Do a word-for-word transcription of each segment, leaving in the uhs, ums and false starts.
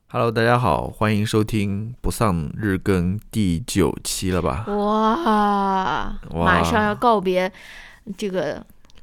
Hello，大家好，欢迎收听不丧日更第九期了吧？ 哇， 哇马上要告别这个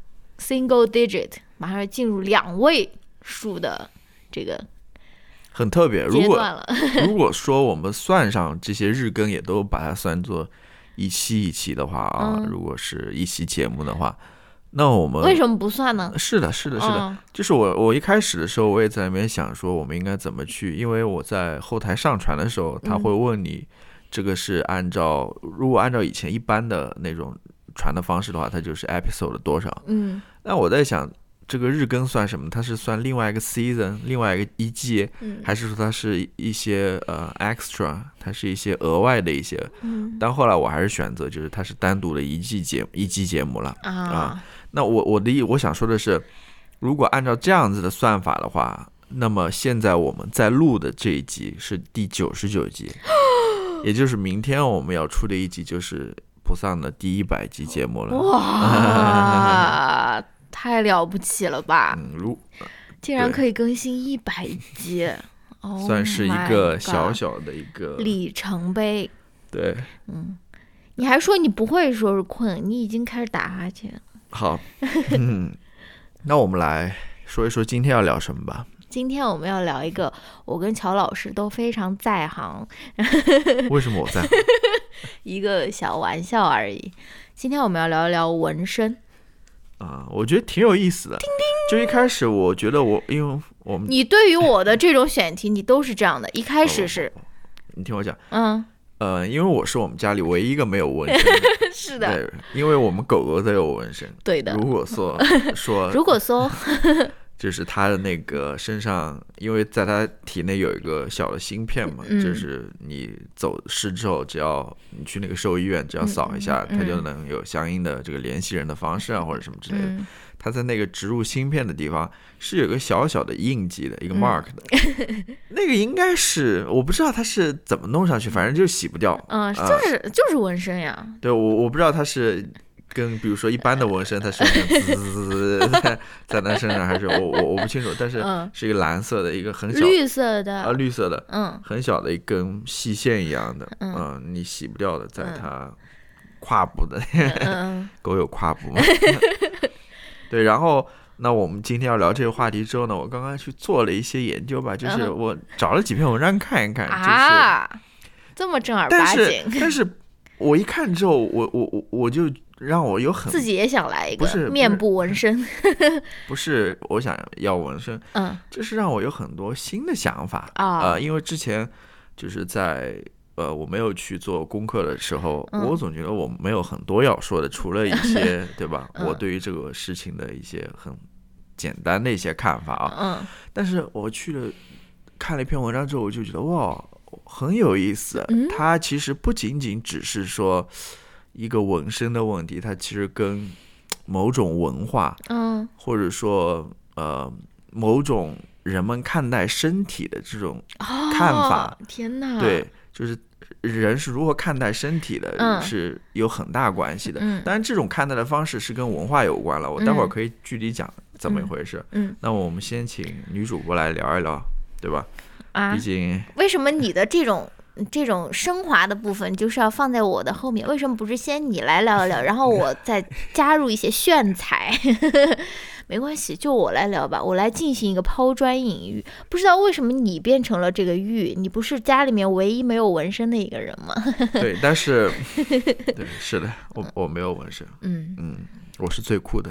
single digit，马上要进入两位数的这个很特别。如果阶段了。 如果说我们算上这些日更，也都把它算作一期一期的话啊， 嗯如果是一期节目的话，那我们为什么不算呢？ 是的，是的，是的， 嗯就是我我一开始的时候，我也在那边想说，我们应该怎么去，因为我在后台上传的时候，他会问你，这个是按照如果按照以前一般的那种传的方式的话，它就是 episode 多少。 嗯那我在想，这个日更算什么？它是算另外一个 season， 另外一个一季， 嗯还是说它是一些呃 extra， 它是一些额外的一些？ 嗯但后来我还是选择，就是它是单独的一季节一季节目了啊那我我的意我想说的是，如果按照这样子的算法的话，那么现在我们在录的这一集是第九十九集，也就是明天我们要出的一集就是不丧的第一百集节目了。 哇，太了不起了吧！ 嗯，如竟然可以更新一百集，哦， 算是一个小小的一个里程碑。 对， 你还说你不会说是困，你已经开始打哈欠。 好，嗯，那我们来说一说今天要聊什么吧。 今天我们要聊一个我跟乔老师都非常在行为什么我在？ 一个小玩笑而已。今天我们要聊一聊纹身。 啊，我觉得挺有意思的。就一开始我觉得我，因为我们你对于我的这种选题，你都是这样的。一开始是， 你听我讲， 嗯， 呃，因为我是我们家里唯一一个没有纹身的， 是的， 对，因为我们狗狗都有纹身。 对的。 如果说说， 如果说， 就是它的那个身上，因为在它体内有一个小的芯片嘛， 嗯就是你走失之后，只要你去那个兽医院，只要扫一下， 嗯嗯它就能有相应的这个联系人的方式啊，或者什么之类的。 嗯它在那个植入芯片的地方是有个小小的印记的一个 mark 的，那个应该是我不知道它是怎么弄上去，反正就洗不掉。 嗯， 啊就是就是纹身呀。 对我我不知道它是跟比如说一般的纹身，它是那样滋滋滋在在那身上，还是我我我不清楚，但是嗯是一个蓝色的一个很小绿色的， 啊绿色的， 嗯很小的一根细线一样的， 嗯嗯，你洗不掉的，在它胯部的， 嗯嗯狗有胯部嘛？对，然后。那我们今天要聊这个话题之后呢，我刚刚去做了一些研究吧，就是嗯我找了几篇文章看一看，就是， 啊，这么正儿但是八经， 但是我一看之后，我我我我就让我有很自己也想来一不是个面部纹身。 不是我想要纹身， 嗯就是让我有很多新的想法啊呃，因为之前就是在呃我没有去做功课的时候， 嗯我总觉得我没有很多要说的，除了一些对吧？ 嗯我对于这个事情的一些很简单的一些看法啊。 嗯但是我去了看了一篇文章之后，我就觉得哇，很有意思。 嗯它其实不仅仅只是说一个纹身的问题，它其实跟某种文化， 嗯或者说呃某种人们看待身体的这种看法， 哦天哪， 对，就是人是如何看待身体的， 嗯是有很大关系的。 嗯当然，这种看待的方式是跟文化有关了，我待会儿可以具体讲怎么一回事。 嗯那我们先请女主播来聊一聊，对吧？ 啊毕，竟为什么你的这种这种升华的部分就是要放在我的后面？为什么不是先你来聊一聊，然后我再加入一些炫彩？没关系，就我来聊吧，我来进行一个抛砖引玉。不知道为什么你变成了这个玉，你不是家里面唯一没有纹身的一个人吗？ 对，但是对，是的，我我没有纹身， 嗯， 嗯，我是最酷的。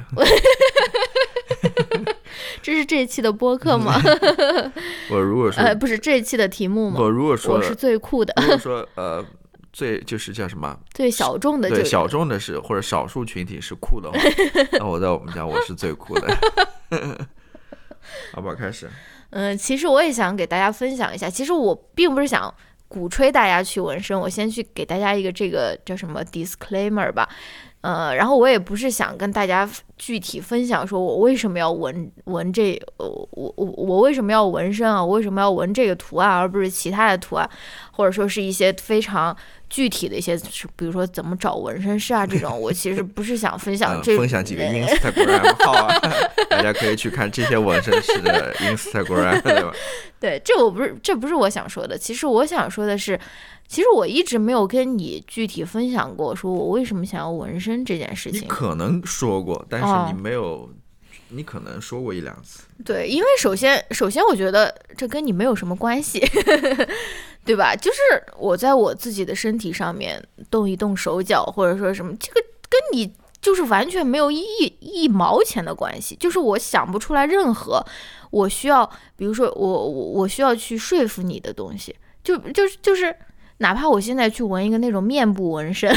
这是这一期的播客吗？ 我如果说呃，不是这一期的题目吗？ 我如果说我是最酷的， 如果说呃最就是叫什么？ 最小众的就对， 是小众的是或者少数群体是酷的话，那我在我们家我是最酷的。好吧，开始。 嗯，其实我也想给大家分享一下，其实我并不是想鼓吹大家去纹身，我先去给大家一个这个叫什么 disclaimer 吧。 呃，然后我也不是想跟大家具体分享说我为什么要纹纹这，我我我为什么要纹身啊，我为什么要纹这个图案，而不是其他的图案，或者说是一些非常具体的一些，比如说怎么找纹身师啊这种，我其实不是想分享这、 嗯、分享几个 Instagram 号啊，大家可以去看这些纹身师的 Instagram， 对吧？ 对，这我不是这不是我想说的，其实我想说的是。其实我一直没有跟你具体分享过，说我为什么想要纹身这件事情。 你可能说过，但是你没有，哦、你可能说过一两次。 对，因为首先，首先我觉得这跟你没有什么关系，对吧？就是我在我自己的身体上面动一动手脚，或者说什么，这个跟你就是完全没有一一毛钱的关系。就是我想不出来任何我需要，比如说我我我需要去说服你的东西，就就是就是。哪怕我现在去纹一个那种面部纹身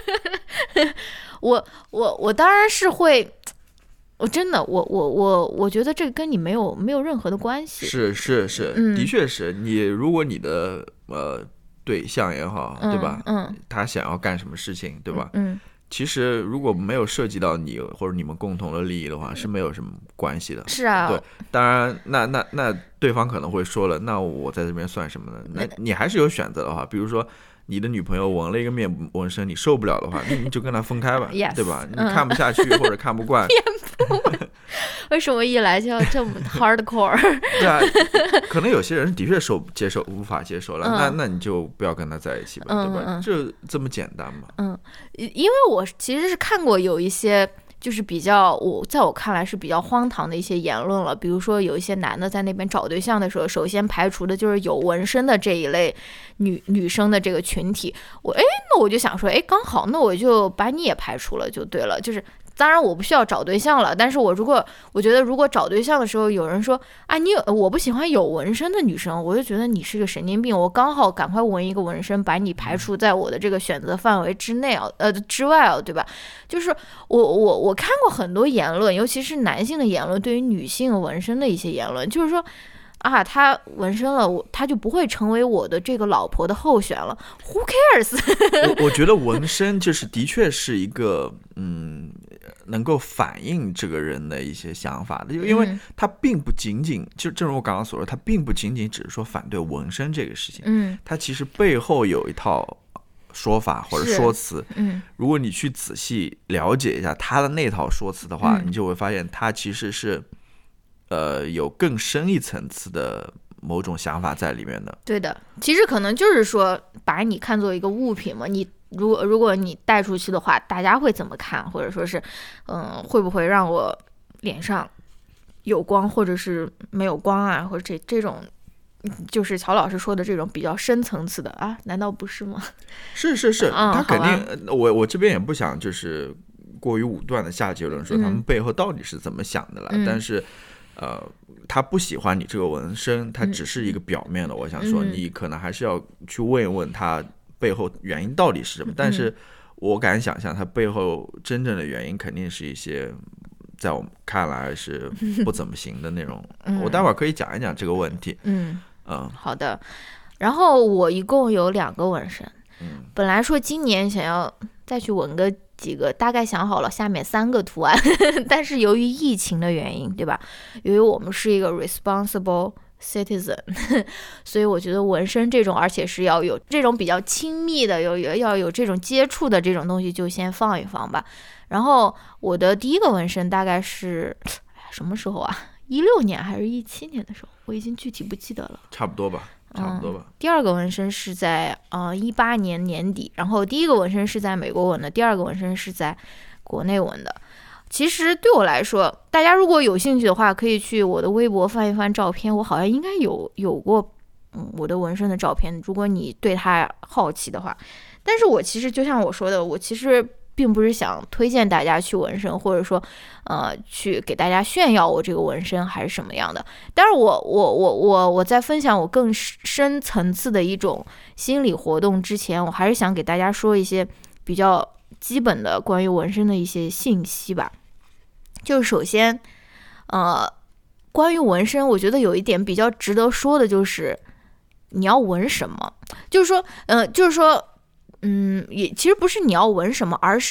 我我我当然是会，我真的我我我我觉得这个跟你没有没有任何的关系。 是是是、嗯、的确是你如果你的呃对象也好、嗯、对吧， 嗯， 他想要干什么事情对吧， 嗯， 其实如果没有涉及到你或者你们共同的利益的话，是没有什么关系的。 是啊， 对，当然那那那对方可能会说了，那我在这边算什么呢？那你还是有选择的话，比如说你的女朋友纹了一个面部纹身，你受不了的话，那你就跟她分开吧 yes, 对吧？你看不下去、嗯、或者看不惯面部为什么一来就要这么 hardcore 对啊，可能有些人的确受接受无法接受了、嗯、那那你就不要跟他在一起吧、嗯、对吧、嗯、就这么简单嘛。 嗯，因为我其实是看过有一些就是比较我在我看来是比较荒唐的一些言论了，比如说有一些男的在那边找对象的时候，首先排除的就是有纹身的这一类女女生的这个群体。我哎，那我就想说，哎，刚好那我就把你也排除了就对了，就是当然我不需要找对象了，但是我如果我觉得如果找对象的时候有人说啊你有我不喜欢有纹身的女生，我就觉得你是个神经病，我刚好赶快纹一个纹身把你排除在我的这个选择范围之内啊呃之外啊，对吧？就是我我我看过很多言论，尤其是男性的言论，对于女性纹身的一些言论，就是说啊，他纹身了，我他就不会成为我的这个老婆的候选了。Who cares？ 我我觉得纹身就是的确是一个嗯，能够反映这个人的一些想法的，因为他并不仅仅就正如我刚刚所说，他并不仅仅只是说反对纹身这个事情， 嗯， 他其实背后有一套说法或者说辞， 嗯， 如果你去仔细了解一下他的那套说辞的话， 嗯、 你就会发现他其实是。呃，有更深一层次的某种想法在里面的。 对的，其实可能就是说把你看作一个物品嘛，你如果如果你带出去的话，大家会怎么看，或者说是嗯，会不会让我脸上有光或者是没有光啊，或者这这种就是曹老师说的这种比较深层次的啊，难道不是吗？ 是是是、嗯、他肯定我我这边也不想就是过于武断的下结论说他们背后到底是怎么想的了、 嗯、 但是呃，他不喜欢你这个纹身，他只是一个表面的、嗯、我想说你可能还是要去问一问他背后原因到底是什么、嗯、但是我敢想象他背后真正的原因肯定是一些在我们看来是不怎么行的那种、嗯、我待会儿可以讲一讲这个问题。 嗯嗯， 好的。然后我一共有两个纹身、 嗯、 本来说今年想要再去纹个几个，大概想好了下面三个图案但是由于疫情的原因，对吧，由于我们是一个 responsible citizen 所以我觉得纹身这种而且是要有这种比较亲密的有要有这种接触的这种东西就先放一放吧。然后我的第一个纹身大概是什么时候啊，一六年还是一七年的时候，我已经具体不记得了， 差不多吧差不多吧、 嗯、第二个纹身是在呃一八年年底，然后第一个纹身是在美国纹的，第二个纹身是在国内纹的。其实对我来说，大家如果有兴趣的话，可以去我的微博翻一翻照片，我好像应该有有过嗯我的纹身的照片，如果你对它好奇的话。但是我其实就像我说的，我其实并不是想推荐大家去纹身，或者说呃去给大家炫耀我这个纹身还是什么样的。但是我我我我我在分享我更深层次的一种心理活动之前，我还是想给大家说一些比较基本的关于纹身的一些信息吧。就是首先呃关于纹身，我觉得有一点比较值得说的就是你要纹什么，就是说呃就是说嗯，也其实不是你要纹什么，而是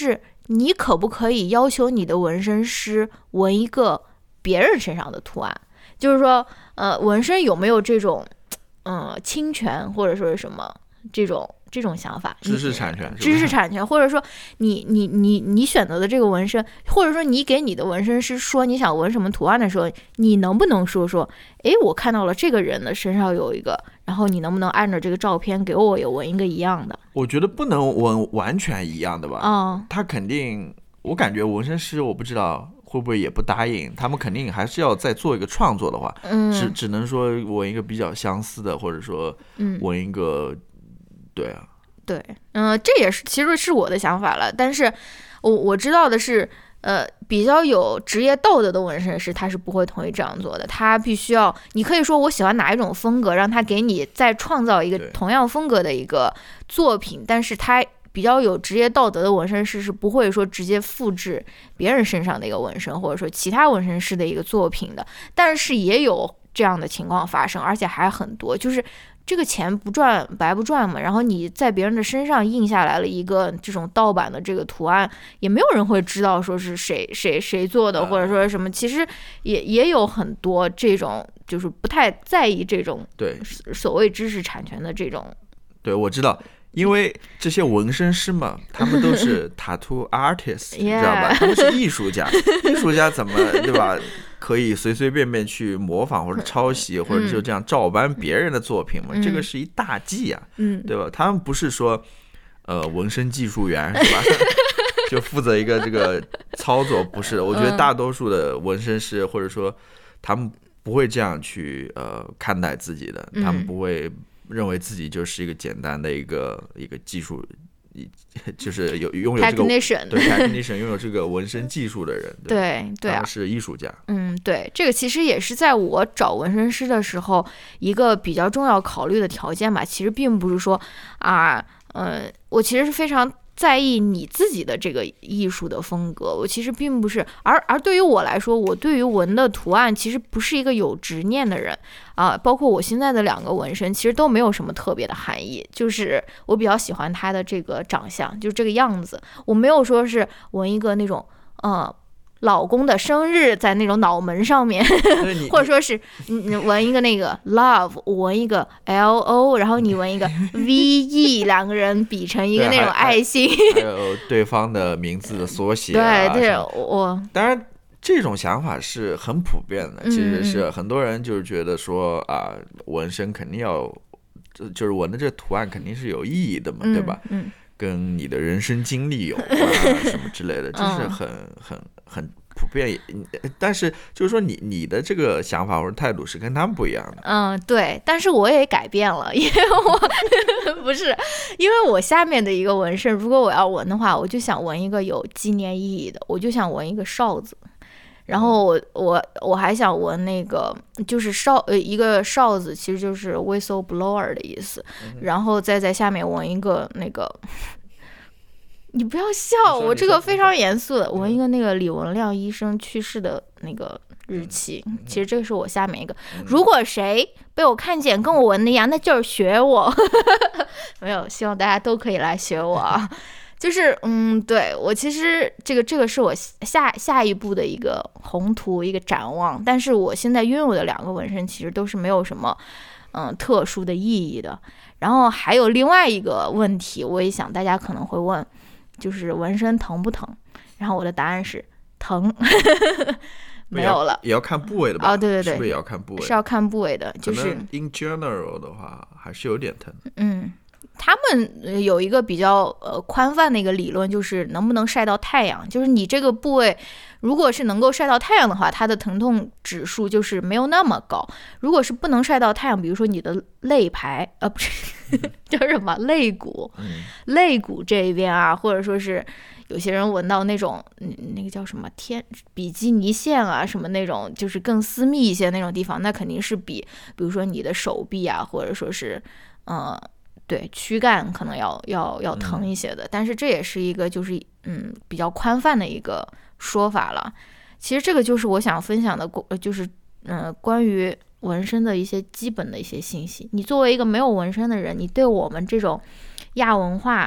你可不可以要求你的纹身师纹一个别人身上的图案？就是说，呃，纹身有没有这种，嗯、呃，侵权或者说是什么这种这种想法？ 知识产权， 知识产权，或者说你你你你选择的这个纹身，或者说你给你的纹身师说你想纹什么图案的时候，你能不能说说，诶，我看到了这个人的身上有一个，然后你能不能按照这个照片给我也纹一个一样的？ 我觉得不能纹完全一样的吧。 嗯， 他肯定，我感觉纹身师我不知道会不会也不答应，他们肯定还是要再做一个创作的话， 嗯， 只只能说纹一个比较相似的，或者说纹一个，嗯、对啊， 对，嗯、呃，这也是其实是我的想法了，但是我我知道的是。呃，比较有职业道德的纹身师，他是不会同意这样做的。他必须要，你可以说我喜欢哪一种风格，让他给你再创造一个同样风格的一个作品。但是他比较有职业道德的纹身师是不会说直接复制别人身上的一个纹身，或者说其他纹身师的一个作品的。但是也有这样的情况发生，而且还很多，就是。这个钱不赚白不赚嘛，然后你在别人的身上印下来了一个这种盗版的这个图案，也没有人会知道说是谁谁谁做的，或者说什么，其实也也有很多这种就是不太在意这种对所谓知识产权的这种。 对，我知道，因为这些纹身师嘛，他们都是 tattoo artist， 你知道吧？他们是艺术家，艺术家怎么对吧？可以随随便便去模仿或者抄袭，或者就这样照搬别人的作品嘛？嗯、这个是一大忌啊， 嗯， 对吧？他们不是说，呃，纹身技术员是吧？就负责一个这个操作，不是？我觉得大多数的纹身师或者说他们不会这样去呃看待自己的，他们不会认为自己就是一个简单的一个一个技术。就是有拥有这个 technician， 对 technician 拥有这个纹身技术的人， 对对啊， 是艺术家。 嗯，对，这个其实也是在我找纹身师的时候一个比较重要考虑的条件吧。其实并不是说啊，呃，我其实是非常在意你自己的这个艺术的风格。我其实并不是，而而对于我来说，我对于纹的图案其实不是一个有执念的人啊。包括我现在的两个纹身，其实都没有什么特别的含义，就是我比较喜欢他的这个长相，就是这个样子。我没有说是纹一个那种呃老公的生日在那种脑门上面，或者说是你纹一个那个 love， 我纹一个 L O， 然后你纹一个 V E， 两个人比成一个那种爱心， 还有对方的名字的缩写、 啊。对对，我当然这种想法是很普遍的，其实是很多人就是觉得说啊，纹身肯定要，就是纹的这图案肯定是有意义的嘛， 嗯、 对吧？ 嗯。 跟你的人生经历有关啊，什么之类的，这是很很很普遍。但是就是说你你的这个想法或者态度是跟他们不一样的。 嗯，对。但是我也改变了，因为我不是因为我下面的一个纹身，如果我要纹的话，我就想纹一个有纪念意义的，我就想纹一个哨子。然后我我我还想纹那个就是哨呃一个哨子，其实就是 whistle blower 的意思，然后再在下面纹一个那个，你不要笑，我这个非常严肃的，纹一个那个李文亮医生去世的那个日期。其实这个是我下面一个，如果谁被我看见跟我纹的一样，那就是学我。没有，希望大家都可以来学我啊。就是嗯，对，我其实这个这个是我下下一步的一个宏图一个展望，但是我现在拥有的两个纹身其实都是没有什么嗯特殊的意义的。然后还有另外一个问题，我也想大家可能会问，就是纹身疼不疼？然后我的答案是疼。没有了， 也要看部位的吧？ 哦，对对对， 是不是也要看部位？ 是要看部位的，就是 in general 的话还是有点疼。 嗯。他们有一个比较呃宽泛的一个理论，就是能不能晒到太阳，就是你这个部位如果是能够晒到太阳的话，它的疼痛指数就是没有那么高。如果是不能晒到太阳，比如说你的肋排呃不是叫什么肋骨、嗯、肋骨这一边啊，或者说是有些人闻到那种、嗯、那个叫什么天比基尼线啊什么那种就是更私密一些那种地方，那肯定是比比如说你的手臂啊，或者说是呃对躯干可能要要要疼一些的、嗯、但是这也是一个就是嗯比较宽泛的一个说法了。其实这个就是我想分享的就是嗯、呃、关于纹身的一些基本的一些信息。你作为一个没有纹身的人，你对我们这种亚文化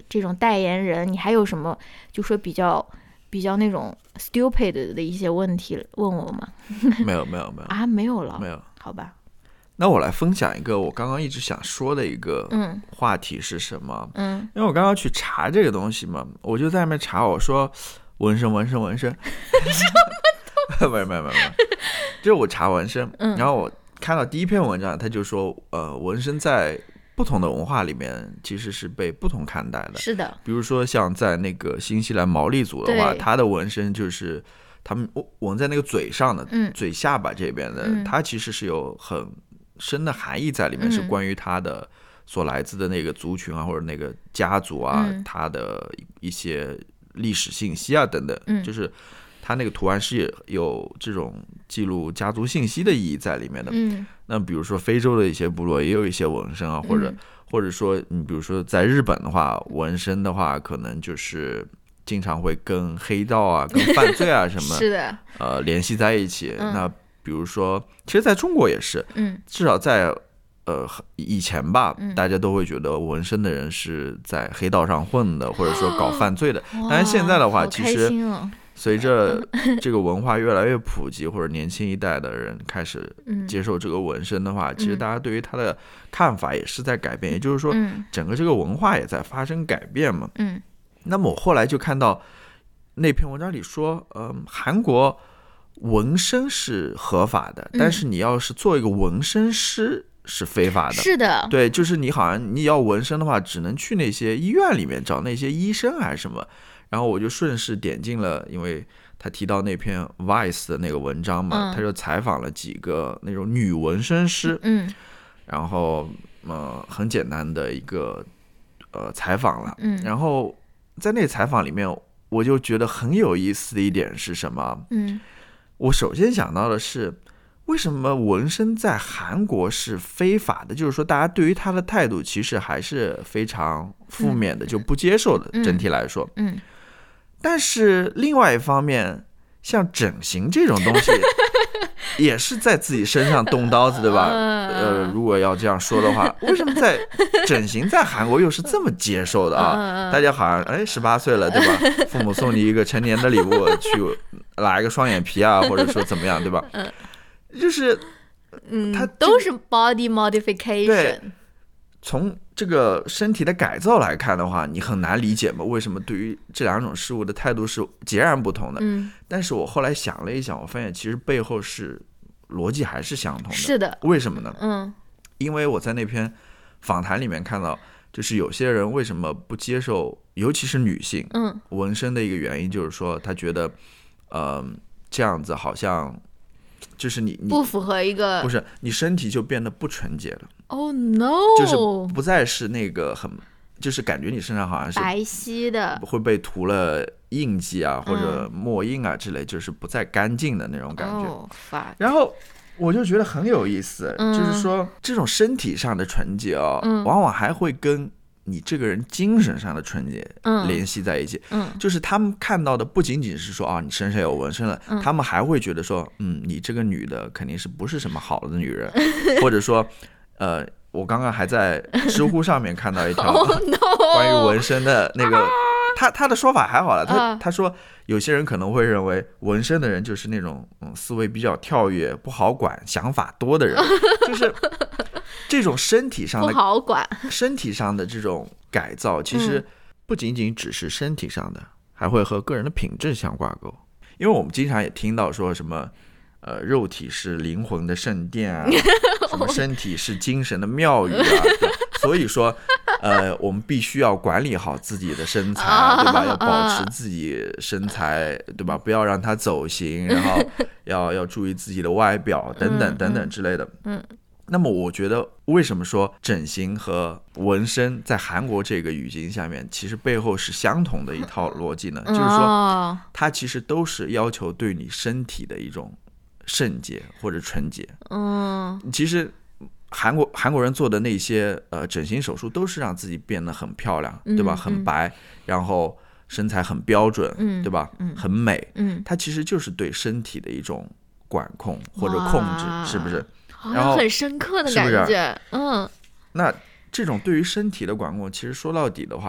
这种代言人，你还有什么就说比较比较那种 stupid 的一些问题问我吗？ 没有没有没有啊，没有了， 没有。 好吧。 那我来分享一个我刚刚一直想说的一个话题是什么？ 嗯， 因为我刚刚去查这个东西嘛，我就在那边查，我说纹身纹身纹身，没有没有没有没有，就是我查纹身， 嗯、 然后我看到第一篇文章，他就说，呃，纹身在不同的文化里面其实是被不同看待的。 是的， 比如说像在那个新西兰毛利族的话，他的纹身就是他们纹在那个嘴上的， 嗯、 嘴下巴这边的， 嗯、 它其实是有很深的含义在里面， 嗯、 是关于他的所来自的那个族群啊，或者那个家族啊， 嗯、 他的一些历史信息啊等等， 嗯、 就是他那个图案是有这种记录家族信息的意义在里面的。 嗯， 那比如说非洲的一些部落也有一些纹身啊，或者、嗯、或者说你比如说在日本的话，纹身的话可能就是经常会跟黑道啊、跟犯罪啊什么是的， 呃联系在一起。 嗯、 那比如说，其实在中国也是， 嗯， 至少在呃以前吧、 嗯， 大家都会觉得纹身的人是在黑道上混的，或者说搞犯罪的。但是现在的话，其实随着这个文化越来越普及，或者年轻一代的人开始接受这个纹身的话， 嗯、 其实大家对于他的看法也是在改变，也就是说，整个这个文化也在发生改变嘛。 嗯， 那么我后来就看到那篇文章里说，嗯、呃，韩国纹身是合法的，但是你要是做一个纹身师是非法的。 是的， 对，就是你好像你要纹身的话，只能去那些医院里面找那些医生还是什么。然后我就顺势点进了，因为他提到那篇 Vice 的那个文章嘛， 嗯、 他就采访了几个那种女纹身师， 嗯， 然后呃很简单的一个呃采访了， 嗯， 然后在那采访里面，我就觉得很有意思的一点是什么？ 嗯。 我首先想到的是，为什么纹身在韩国是非法的？就是说，大家对于他的态度其实还是非常负面的，嗯、就不接受的。 嗯、 整体来说， 嗯。 但是另外一方面，像整形这种东西，也是在自己身上动刀子，对吧？呃，如果要这样说的话，为什么在整形在韩国又是这么接受的啊？大家好像哎，十八岁了，对吧？父母送你一个成年的礼物，去拉一个双眼皮啊，或者说怎么样，对吧？就是， 嗯， 它都是 body modification。 对，从这个身体的改造来看的话，你很难理解嘛，为什么对于这两种事物的态度是截然不同的？ 嗯， 但是我后来想了一想，我发现其实背后是逻辑还是相同的。 是的， 为什么呢？ 嗯， 因为我在那篇访谈里面看到，就是有些人为什么不接受，尤其是女性， 嗯，纹身的一个原因就是说，他觉得，呃，这样子好像就是你你不符合一个， 不是你身体就变得不纯洁了。 Oh no！ 就是不再是那个很，就是感觉你身上好像是白皙的， 会被涂了印记啊，或者墨印啊之类，就是不再干净的那种感觉。 Oh, 然后我就觉得很有意思， 嗯、 就是说这种身体上的纯洁哦， 嗯、 往往还会跟你这个人精神上的纯洁联系在一起。 嗯， 就是他们看到的不仅仅是说啊，你身上有纹身了， 嗯、 他们还会觉得说，嗯，你这个女的肯定是不是什么好的女人，或者说。呃，我刚刚还在知乎上面看到一条 oh, no. 关于纹身的那个，啊、他他的说法还好了，他、 啊、 他说有些人可能会认为纹身的人就是那种嗯思维比较跳跃、不好管、想法多的人，就是这种身体上的不好管， 身体上的这种改造，其实不仅仅只是身体上的，嗯、还会和个人的品质相挂钩。因为我们经常也听到说什么。呃，肉体是灵魂的圣殿啊，什么身体是精神的庙宇啊，所以说，呃，我们必须要管理好自己的身材，对吧？要保持自己身材，对吧？不要让它走形，然后要要注意自己的外表，等等等等之类的。 嗯。 那么，我觉得为什么说整形和纹身在韩国这个语境下面，其实背后是相同的一套逻辑呢？就是说，它其实都是要求对你身体的一种。圣洁或者纯洁， 嗯， 其实韩国韩国人做的那些呃整形手术都是让自己变得很漂亮， 嗯、 对吧？很白，嗯、然后身材很标准， 嗯、 对吧？ 嗯、 很美， 嗯， 它其实就是对身体的一种管控或者控制，是不是？ 然后很深刻的感觉， 是不是？ 嗯， 那这种对于身体的管控，其实说到底的话，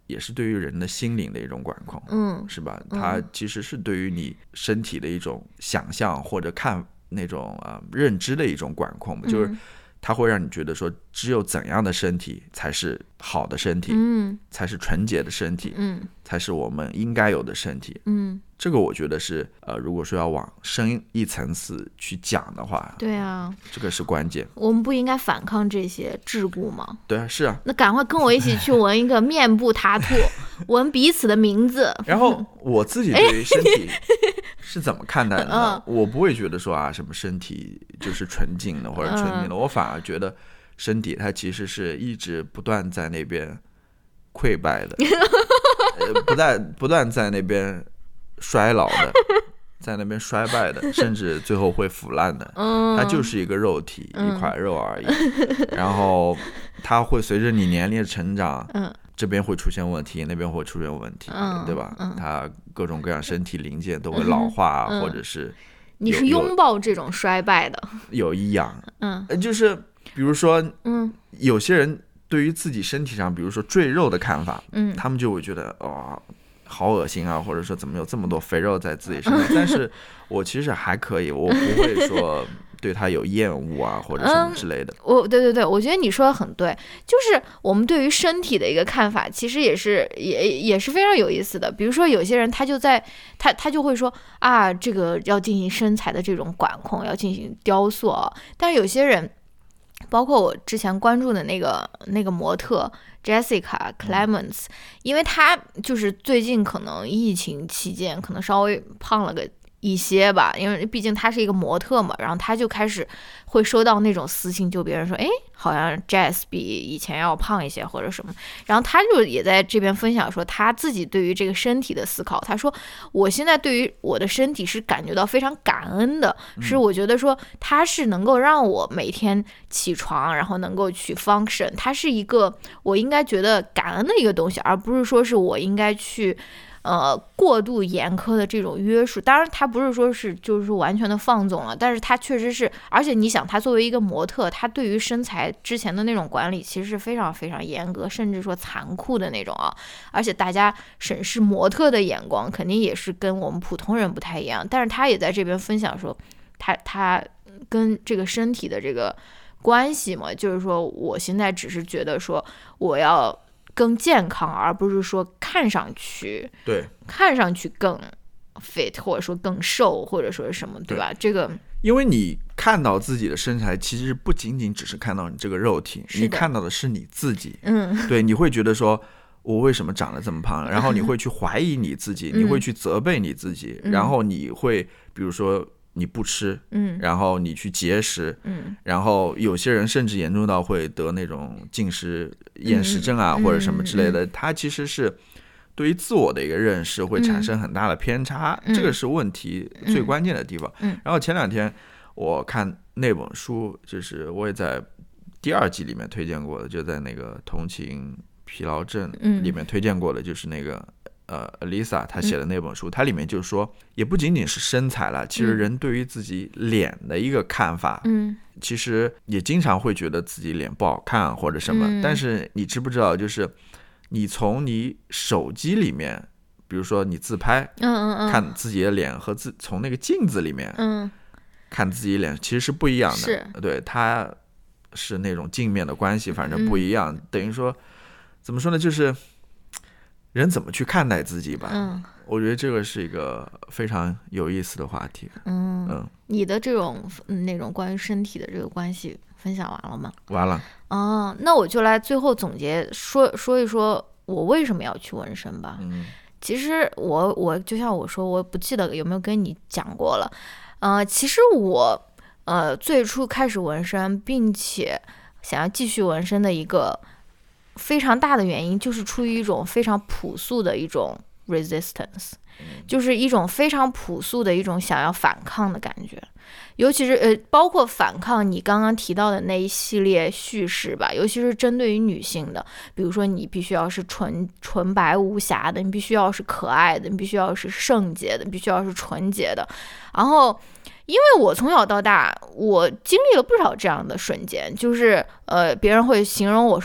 也是对于人的心灵的一种管控， 嗯， 是吧？它其实是对于你身体的一种想象或者看那种呃认知的一种管控， 嗯、 就是它会让你觉得说，只有怎样的身体才是好的身体， 嗯， 才是纯洁的身体， 嗯， 才是我们应该有的身体， 嗯， 这个我觉得是呃，如果说要往深一层次去讲的话， 对啊， 这个是关键。 我们不应该反抗这些桎梏吗？ 对啊，是啊。 那赶快跟我一起去纹一个面部塔图，纹彼此的名字。 然后我自己对于身体是怎么看待的呢？ 嗯、 我不会觉得说啊，什么身体就是纯净的或者纯净的，嗯、我反而觉得身体它其实是一直不断在那边溃败的，呃、不断不断在那边衰老的，在那边衰败的，甚至最后会腐烂的。 嗯、 它就是一个肉体，嗯、一块肉而已。然后它会随着你年龄的成长，嗯、这边会出现问题，那边会出现问题，嗯、对吧？嗯、它各种各样身体零件都会老化，嗯、或者是你是拥抱这种衰败的， 有异样。嗯，就是比如说，嗯，有些人对于自己身体上，比如说赘肉的看法，嗯，他们就会觉得哦，好恶心啊，或者说怎么有这么多肥肉在自己身上。但是我其实还可以，我不会说对他有厌恶啊或者什么之类的。 嗯、我对对对，我觉得你说的很对，就是我们对于身体的一个看法，其实也是也也是非常有意思的。比如说有些人他就在他他就会说啊，这个要进行身材的这种管控，要进行雕塑啊。但是有些人，包括我之前关注的那个那个模特 Jessica Clemens，、嗯、因为她就是最近可能疫情期间可能稍微胖了个一些吧，因为毕竟她是一个模特嘛，然后她就开始会收到那种私信，就别人说，哎，好像 Jess 比以前要胖一些或者什么，然后她就也在这边分享说她自己对于这个身体的思考。她说我现在对于我的身体是感觉到非常感恩的， 嗯、 是我觉得说它是能够让我每天起床，然后能够去 function， 它是一个我应该觉得感恩的一个东西，而不是说是我应该去呃，过度严苛的这种约束。当然他不是说是就是完全的放纵了，但是他确实是，而且你想他作为一个模特，他对于身材之前的那种管理其实是非常非常严格，甚至说残酷的那种啊。而且大家审视模特的眼光肯定也是跟我们普通人不太一样，但是他也在这边分享说他他跟这个身体的这个关系嘛，就是说我现在只是觉得说我要更健康，而不是说看上去对看上去更 fit， 或者说更瘦，或者说是什么，对吧？对，这个因为你看到自己的身材，其实不仅仅只是看到你这个肉体，你看到的是你自己。嗯，对，你会觉得说我为什么长得这么胖，然后你会去怀疑你自己，嗯、你会去责备你自己，嗯、然后你会比如说你不吃，嗯，然后你去节食，嗯，然后有些人甚至严重到会得那种进食厌食症啊，嗯、或者什么之类的，它其实是对于自我的一个认识会产生很大的偏差，嗯、这个是问题最关键的地方。嗯，然后前两天我看那本书，就是我也在第二季里面推荐过的，就在那个同情疲劳症里面推荐过的，就是那个。呃 ，Lisa 她写的那本书，嗯、它里面就说，也不仅仅是身材了，其实人对于自己脸的一个看法，嗯，其实也经常会觉得自己脸不好看或者什么。嗯、但是你知不知道，就是你从你手机里面，比如说你自拍，嗯嗯嗯，看自己的脸和自从那个镜子里面，嗯，看自己脸其实是不一样的。是，对，它是那种镜面的关系，反正不一样。嗯、等于说，怎么说呢，就是。人怎么去看待自己吧？嗯，我觉得这个是一个非常有意思的话题。嗯嗯， 你的这种、嗯、那种关于身体的这个关系分享完了吗？ 完了。 哦，那我就来最后总结说说一说我为什么要去纹身吧。嗯，其实我我就像我说，我不记得有没有跟你讲过了。呃，其实我呃最初开始纹身，并且想要继续纹身的一个。非常大的原因就是出于一种非常朴素的一种 resistance， 就是一种非常朴素的一种想要反抗的感觉，尤其是呃，包括反抗你刚刚提到的那一系列叙事吧，尤其是针对于女性的，比如说你必须要是纯纯白无瑕的，你必须要是可爱的，你必须要是圣洁的，你必须要是纯洁的，然后。因为我从小到大，我经历了不少这样的瞬间，就是呃，别人会形容我说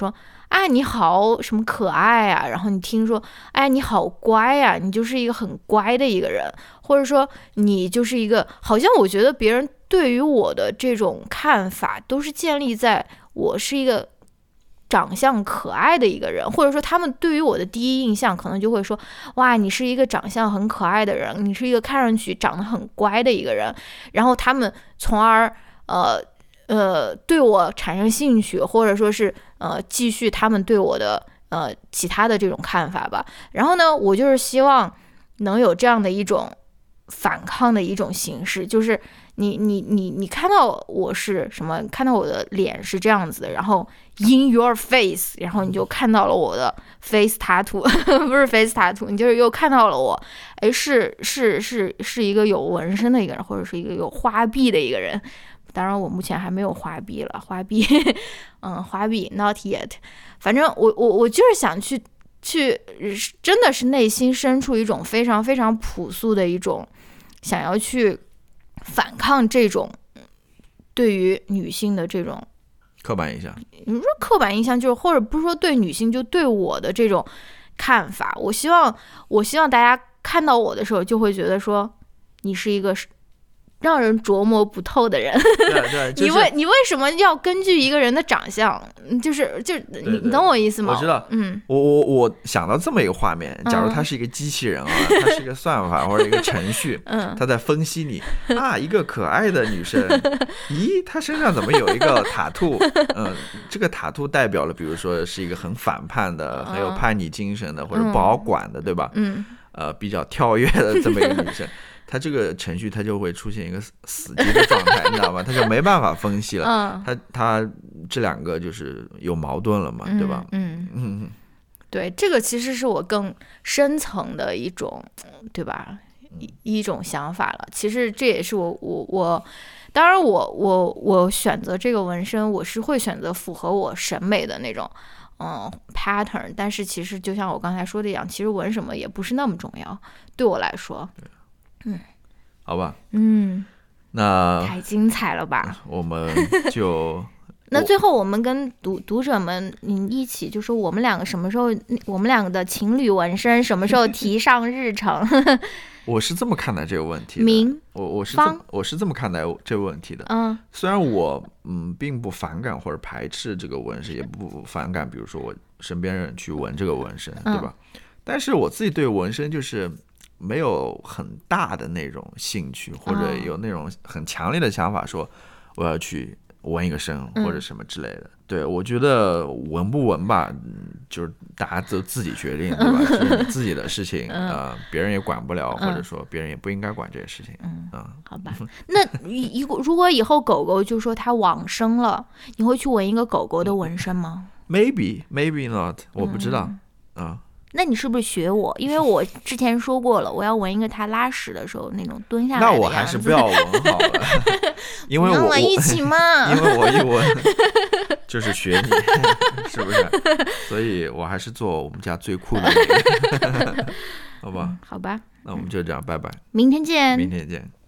哎你好什么可爱啊，然后你听说哎你好乖呀、啊，你就是一个很乖的一个人，或者说你就是一个，好像我觉得别人对于我的这种看法都是建立在我是一个长相可爱的一个人，或者说他们对于我的第一印象可能就会说，哇你是一个长相很可爱的人，你是一个看上去长得很乖的一个人，然后他们从而呃呃对我产生兴趣，或者说是呃继续他们对我的呃其他的这种看法吧。然后呢我就是希望能有这样的一种反抗的一种形式，就是你你你你看到我是什么，看到我的脸是这样子的，然后 in your face， 然后你就看到了我的 face tattoo 不是 face tattoo， 你就是又看到了我，哎是是是是一个有纹身的一个人，或者是一个有花臂的一个人。当然我目前还没有花臂了，花臂嗯花臂 not yet。 反正我我我就是想去去真的是内心深处一种非常非常朴素的一种想要去反抗这种对于女性的这种刻板印象。 你说刻板印象就是，或者不是说对女性，就对我的这种看法。我希望我希望大家看到我的时候就会觉得说你是一个让人琢磨不透的人。 对对，就是、 你为你为什么要根据一个人的长相，就是就对对你懂我意思吗？ 我知道， 嗯， 我我我想到这么一个画面，假如他是一个机器人啊，嗯、他是一个算法或者一个程序， 嗯， 他在分析你啊，一个可爱的女生，咦，她身上怎么有一个塔兔？嗯，这个塔兔代表了，比如说是一个很反叛的、很有叛逆精神的，或者不好管的，对吧？ 嗯， 呃，比较跳跃的这么一个女生。它这个程序它就会出现一个死机的状态，你知道吗？它就没办法分析了。 嗯， 它它这两个就是有矛盾了嘛， 嗯、 对吧？ 嗯嗯嗯， 对，这个其实是我更深层的一种，对吧？一一种想法了。其实这也是我我我，当然我我我选择这个纹身，我是会选择符合我审美的那种。嗯 pattern， 但是其实就像我刚才说的一样，其实纹什么也不是那么重要，对我来说。嗯， 好吧， 嗯， 那太精彩了吧？ 我们就那最后我们跟读读者们嗯一起，就说我们两个什么时候，我们两个的情侣纹身什么时候提上日程？ 我是这么看待这个问题的。 明我我是这我是这么看待这个问题的。 嗯， 虽然我嗯并不反感或者排斥这个纹身，也不反感，比如说我身边人去纹这个纹身，对吧？ 嗯、 但是我自己对纹身就是没有很大的那种兴趣，或者有那种很强烈的想法，说我要去纹一个身或者什么之类的。嗯、对，我觉得纹不纹吧，就是大家都自己决定，对吧？是你自己的事情， 嗯、 呃，别人也管不了，或者说别人也不应该管这些事情。 嗯， 嗯好吧。那如果如果以后狗狗就说它往生了，你会去纹一个狗狗的纹身吗 ？Maybe, maybe not， 我不知道。啊、嗯。嗯， 那你是不是学我？因为我之前说过了，我要纹一个它拉屎的时候那种蹲下来的样子。 那我还是不要纹好了，因为我我一起嘛， 因为我一纹就是学你，是不是？所以我还是做我们家最酷的那个，好吧、 嗯？好吧， 那我们就这样，拜拜， 明天见， 明天见。